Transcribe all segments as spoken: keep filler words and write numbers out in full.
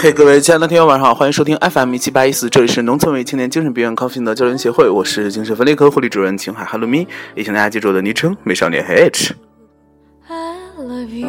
嘿、hey, 各位亲爱的听友晚上好，欢迎收听 F M 一七八一四，这里是农村为青年精神病院康复的交流协会，我是精神分裂科护理主任秦海哈鲁咪，也请大家记住我的昵称美少年 H。 I love you,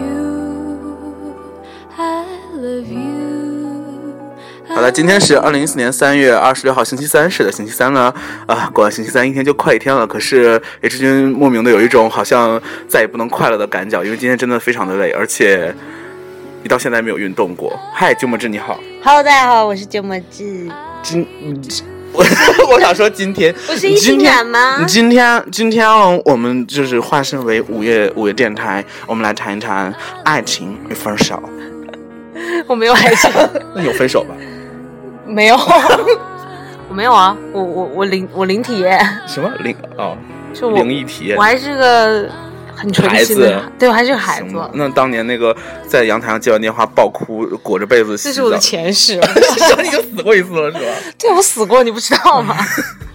I love you。 好了，今天是二零一四年三月二十六号星期三，是的，星期三呢啊，过完星期三一天就快一天了，可是 H 君莫名的有一种好像再也不能快乐的感觉，因为今天真的非常的累，而且你到现在没有运动过。嗨，鸠摩智你好。 Hello， 大家好，我是鸠摩智。 今我我想说今天不是一心感吗？ 今天今天我们就是化身为午夜午夜电台，我们来谈一谈爱情与分手。 我没有爱情。 那你有分手吧？ 没有。我没有啊，我我我零我零体验。 什么零哦？ 就我灵异体验。 我还是个很纯情的，对，我还是个孩子。 那当年那个在阳台上接完电话爆哭，裹着被子洗澡， 这是我的前世。 你就死过一次了是吧？ 对，我死过，你不知道吗？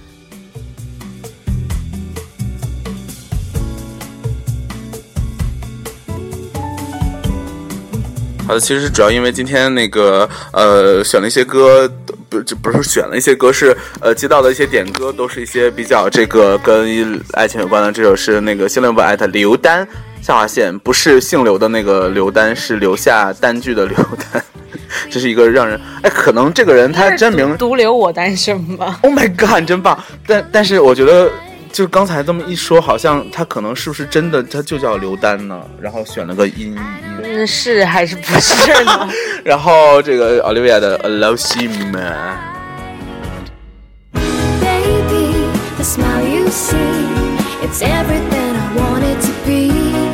好的，其实主要因为今天那个呃选了一些歌，不不是选了一些歌，是呃接到的一些点歌，都是一些比较这个跟爱情有关的。这首是那个新流不艾特刘丹下划线，不是姓刘的那个刘丹，是留下单据的刘丹。这是一个让人哎，可能这个人他真名独留我单身吧。 Oh my god， 真棒！但但是我觉得。就是刚才这么一说，好像他可能是不是真的他就叫刘丹呢？然后选了个音译， 嗯，是还是不是呢？ 然后这个 Olivia 的 Love Shima。 Baby, the smile you see, it's everything I want it to be。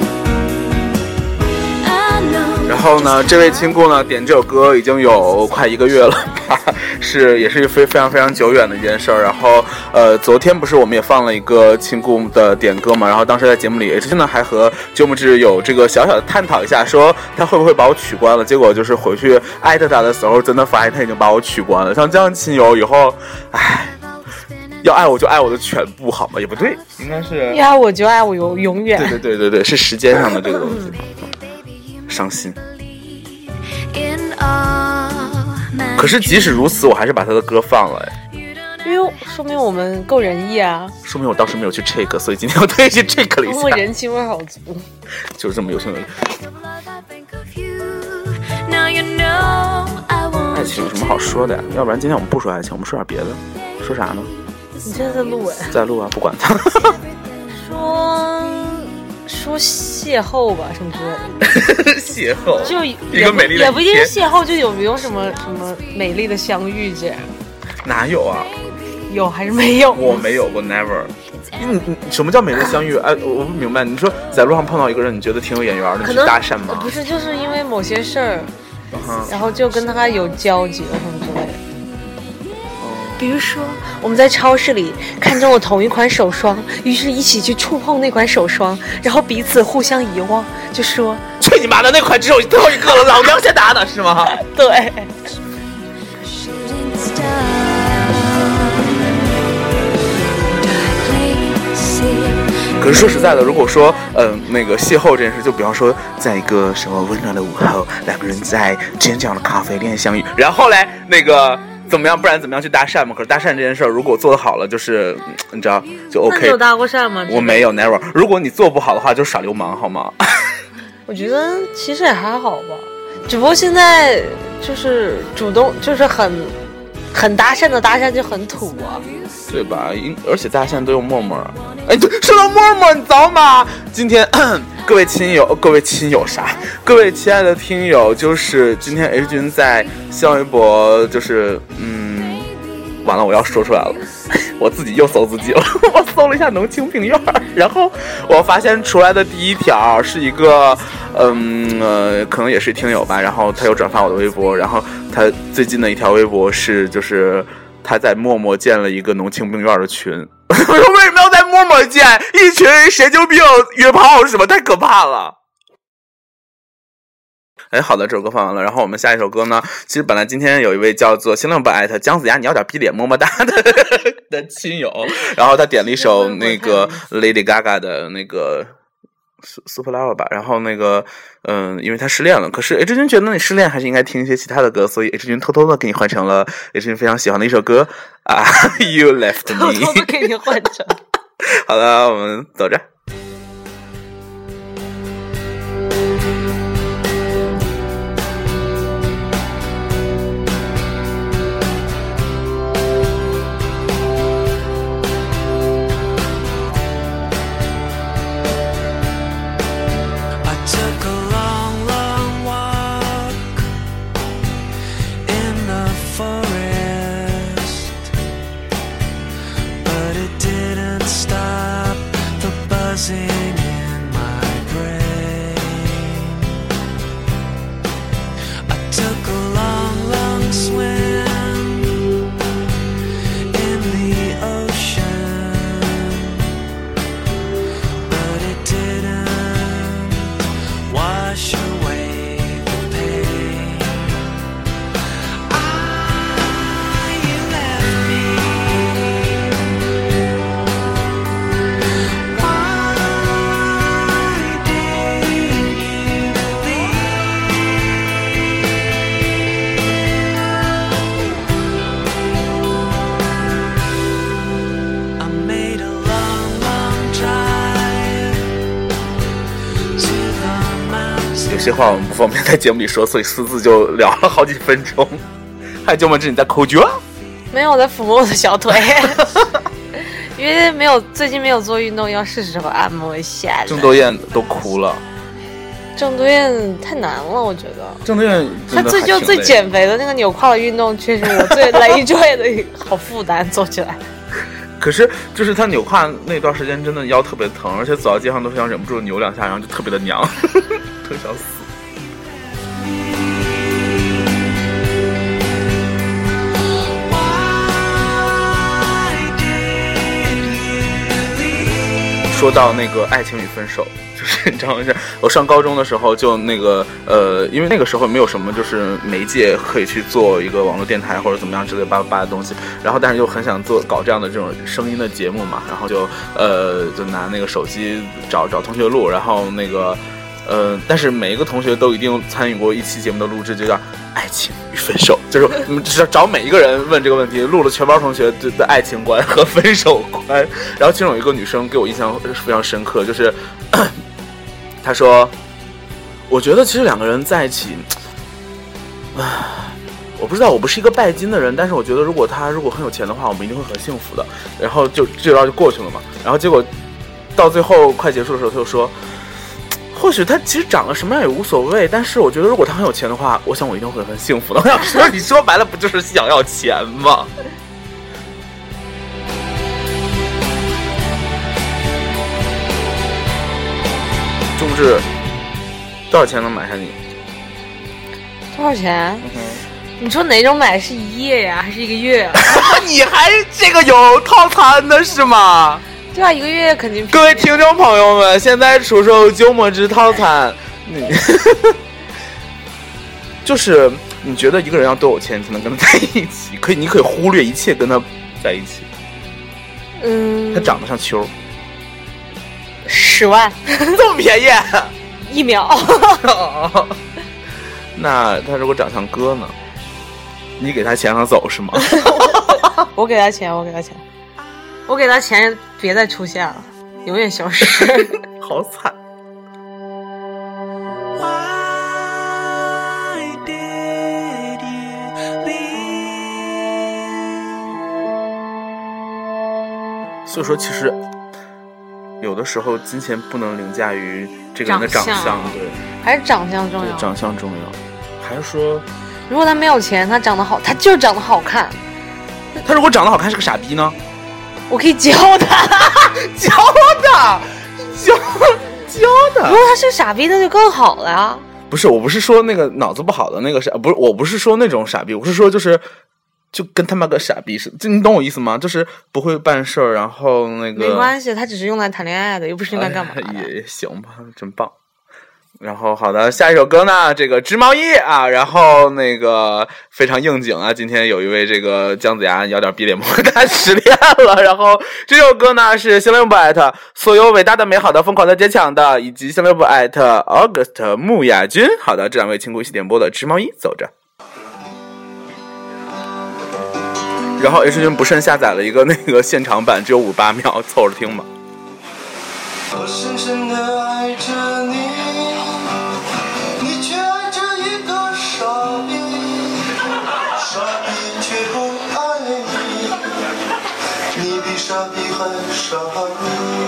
然后呢，这位亲故呢点这首歌已经有快一个月了吧，是也是非非常非常久远的一件事儿。然后呃，昨天不是我们也放了一个亲故的点歌嘛，然后当时在节目里 H 呢还和鸠摩智有这个小小的探讨一下，说他会不会把我取关了。结果就是回去艾特他的时候，真的发现他已经把我取关了。像这样亲友以后，唉，要爱我就爱我的全部好吗？也不对，应该是要爱我就爱我永永远。 对对对对对，是时间上的这个东西。伤心。可是即使如此，我还是把他的歌放了， 因为说明我们够仁义啊。 说明我当时没有去 check， 所以今天我特意去 check 了一下。 我人情味好足， 就是这么有情有义。爱情有什么好说的呀？要不然今天我们不说爱情，我们说点别的。说啥呢？ 你现在在录哎？ 在录啊，不管他。 说。说邂逅吧，什么之类的。 邂逅， 就一个美丽的， 也不一定是邂逅，就有没有什么什么美丽的相遇这样。 哪有啊？ 有还是没有？ 我没有过 ，never。你你什么叫美丽的相遇？哎，我不明白。你说在路上碰到一个人，你觉得挺有眼缘的，你去搭讪吗？ 不是，就是因为某些事儿， uh-huh. 然后就跟他有交集了什么之类的。比如说，我们在超市里看中了同一款手霜，于是一起去触碰那款手霜，然后彼此互相遗忘，就说：“ 去你妈的，那款只有最后一个了，老娘先拿的是吗？” 对。 可是说实在的，如果说嗯、呃、那个邂逅这件事，就比方说在一个什么温暖的午后，两个人在尖角的咖啡店相遇，然后嘞那个。怎么样？不然怎么样去搭讪嘛？可是搭讪这件事儿，如果做得好了，就是你知道就 OK。 那你有搭过讪吗？ 我没有 ，never。如果你做不好的话，就耍流氓好吗？ 我觉得其实也还好吧，只不过现在就是主动，就是很很搭讪的搭讪就很土啊， 对吧？而且大家现在都用陌陌。哎，对，说到陌陌，你知道吗？今天各位亲友，各位亲友啥？各位亲爱的听友，就是今天 H 君在新浪微博，就是嗯，完了，我要说出来了，我自己又搜自己了。我搜了一下农青病院，然后我发现出来的第一条是一个，嗯呃，可能也是听友吧，然后他又转发我的微博，然后他最近的一条微博是就是他在陌陌建了一个农青病院的群。我说为什么要在陌陌建一群神经病约炮是什么？太可怕了。哎，好的，这首歌放完了，然后我们下一首歌呢，其实本来今天有一位叫做新浪不艾特姜子牙你要点逼脸么么哒的的亲友，然后他点了一首那个 Lady Gaga 的那个 Super Lava 吧，然后那个，嗯，因为他失恋了，可是 H 君觉得你失恋还是应该听一些其他的歌，所以 H 君偷偷的给你换成了 H 君非常喜欢的一首歌啊 ，You Left Me， 偷偷的给你换成。 好了，我们走着。有些话我们不方便在节目里说，所以私自就聊了好几分钟。还有舅妈这你在抠脚？ 没有，我在抚摸我的小腿。因为没有最近没有做运动，要是时候按摩一下。 郑多燕都哭了。 郑多燕太难了，我觉得。 郑多燕她最就最减肥的那个扭胯的运动，确实我最累赘的好负担，做起来。 可是就是她扭胯那段时间真的腰特别疼，而且走到街上都想忍不住扭两下，然后就特别的娘，特想死。说到那个爱情与分手，就是你知道吗？我上高中的时候就那个呃，因为那个时候没有什么就是媒介可以去做一个网络电台或者怎么样之类巴拉巴拉的东西，然后但是又很想做搞这样的这种声音的节目嘛，然后就呃就拿那个手机找找同学录，然后那个呃，但是每一个同学都一定参与过一期节目的录制，就叫爱情与分手，就是我们只是找每一个人问这个问题，录了全班同学的爱情观和分手观。然后其中有一个女生给我印象非常深刻，就是她说我觉得其实两个人在一起我不知道，我不是一个拜金的人，但是我觉得如果他如果很有钱的话，我们一定会很幸福的。然后就这段就过去了嘛，然后结果到最后快结束的时候他就说，或许他其实长得什么样也无所谓，但是我觉得如果他很有钱的话，我想我一定会很幸福的。我想说，你说白了不就是想要钱吗？是不是多少钱能买下你？ 多少钱？ 嗯、 你说哪种买？是一夜呀，还是一个月啊？ 你还这个有套餐的是吗？ 对啊，一个月肯定。 各位听众朋友们，现在出售鸠摩智套餐，你就是你觉得一个人要多有钱才能跟他在一起？可以，你可以忽略一切跟他在一起。 嗯， 他长得像秋。 十万， 这么便宜？ 一秒。 那他如果长像哥呢？你给他钱他走是吗？ 我给他钱，我给他钱。我给他钱，别再出现了，永远消失。 好惨。所以说，其实有的时候金钱不能凌驾于这个人的长相， 长相对， 还是长相重要。 长相重要，还是说， 如果他没有钱，他长得好，他就长得好看。 他如果长得好看是个傻逼呢？ 我可以教他， 教他，教教他。 如果他是傻逼，那就更好了呀。 不是，我不是说那个脑子不好的那个傻，不是，我不是说那种傻逼，我是说就是就跟他妈个傻逼似的，就你懂我意思吗？就是不会办事儿，然后那个没关系，他只是用来谈恋爱的，又不是用来干嘛的。 哎、也行吧，真棒。 然后好的，下一首歌呢，这个织毛衣啊，然后那个非常应景啊，今天有一位这个姜子牙有点逼脸魔他失恋了，然后这首歌呢是新浪微博艾特所有伟大的、美好的、疯狂的、坚强的，以及新浪微博艾特 August 穆亚军。好的，这两位亲故一起点播的织毛衣，走着。然后 H 君不慎下载了一个那个现场版，只有五十八秒，凑着听吧。 我深深地爱着你，你却爱着一个傻逼，傻逼却不爱你，你比傻逼还傻逼。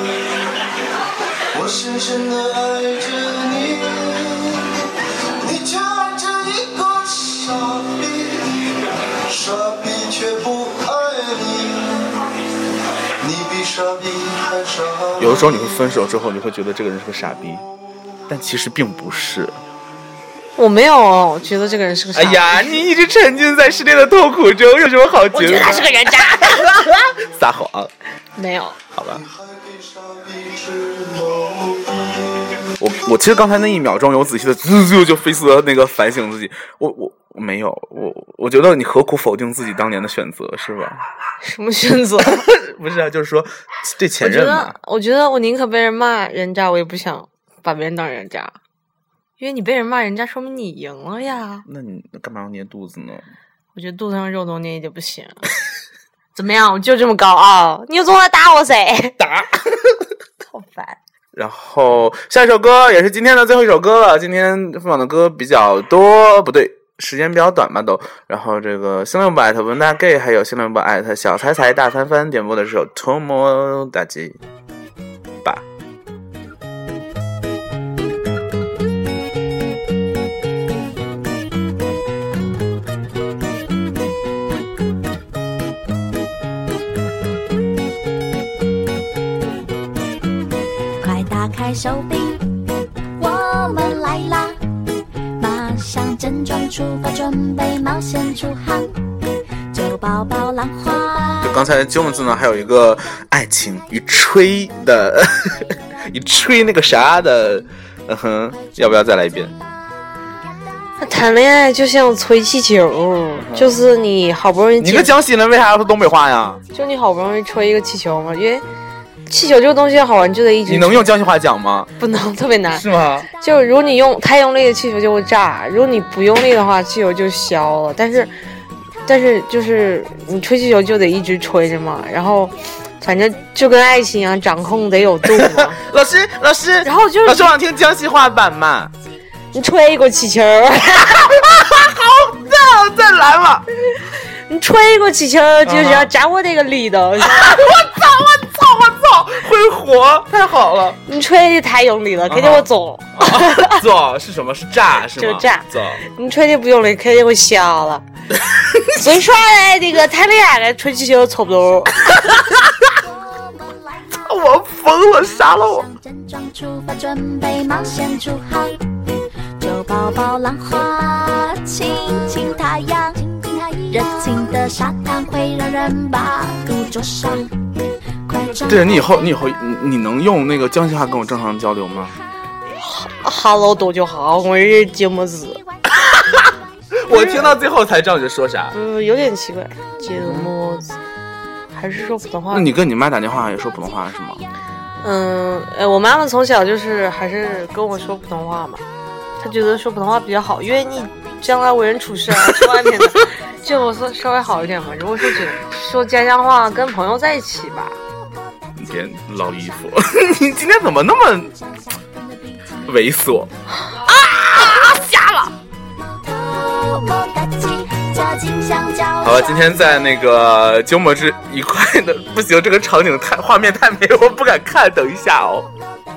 我深深地爱着你，你却爱着一个傻逼，傻逼却不爱你，你比傻逼还傻逼。 有的时候你会分手之后，你会觉得这个人是个傻逼，但其实并不是。 我没有觉得这个人是个傻逼。 哎呀，你一直沉浸在失恋的痛苦中，有什么好觉得？ 我觉得他是个人渣。 撒谎。 没有。 好吧。我我其实刚才那一秒钟有仔细的滋滋就飞速的那个反省自己，我我我没有，我我觉得你何苦否定自己当年的选择，是吧？ 什么选择？ 不是啊，就是说对前任嘛。 我觉得我宁可被人骂人渣，我也不想把别人当人渣，因为你被人骂人渣，说明你赢了呀。 那你干嘛要捏肚子呢？我觉得肚子上肉都捏一点不行。怎么样？我就这么高傲，你有种来打我噻！ 打， 好烦。 然后下一首歌也是今天的最后一首歌了，今天分享的歌比较多，不对，时间比较短吧都。然后这个新浪微博艾特文大 gay， 还有新浪微博艾特小彩彩大翻翻点播的这首托摩大吉吧。 开手臂，我们来啦！马上整装出发，准备冒险出航，就抱抱浪花。 就刚才九文字呢，还有一个爱情一吹的，一吹那个啥的，嗯哼，要不要再来一遍？ 谈恋爱就像吹气球，嗯、就是你好不容易。 你个江西人为啥要说东北话呀？ 就你好不容易吹一个气球嘛，因为。气球这个东西好玩，就得一直。 你能用江西话讲吗？ 不能，特别难。 是吗？ 就如果你用太用力的气球就会炸，如果你不用力的话，气球就消了。但是，但是就是你吹气球就得一直吹着嘛，然后，反正就跟爱情一样，掌控得有度嘛。 老师，老师， 然后就是老师，我想听江西话版嘛。 你吹一个气球。 好赞，再来嘛。 你吹一个气球就是要占我那个力的。我操！ 我操！我操！会活，太好了！ 你吹的太用力了，肯定会走。 走是什么？是炸是吗？ 就炸。 走。 你吹的不用力，肯定会消了。最耍的那个谈恋爱的吹气球差不多。 我疯了，杀了我！ 整装出发，准备冒险出航，就抱抱浪花，亲亲太阳。热情的沙滩会让人把骨灼伤。 对，你以后你以后 你, 你能用那个江西话跟我正常交流吗？ 哈喽多就好，我是节目子。 我听到最后才知道你在说啥。 嗯，有点奇怪，节目子还是说普通话？ 那你跟你妈打电话也说普通话是吗？ 嗯，呃，我妈妈从小就是还是跟我说普通话嘛，她觉得说普通话比较好，因为你将来为人处事啊，去外面的。就我说稍微好一点嘛，如果说只说家乡话跟朋友在一起吧。 你别捞衣服，你今天怎么那么猥琐啊？瞎了。好了，今天在那个鸠摩智一块的，不行，这个场景太画面太美，我不敢看，等一下哦。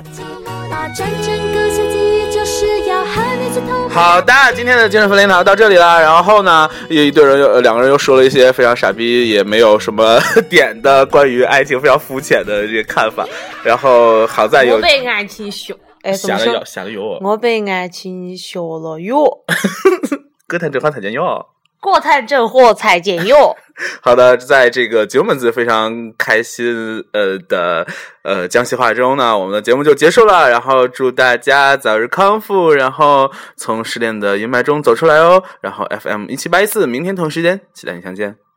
好的，今天的精神分裂呢到这里了。然后呢，有一对人有两个人又说了一些非常傻逼，也没有什么点的关于爱情非常肤浅的这些看法。然后好在有我被爱情学，哎， 下了药，下了药。 我被爱情学了药。 歌坛这款才叫药。 过碳正货采检用。 好的，在这个九本字非常开心呃的呃江西话中呢，我们的节目就结束了。然后祝大家早日康复，然后从失恋的阴霾中走出来哦。然后 F M 一七八一四，明天同时间期待你相见。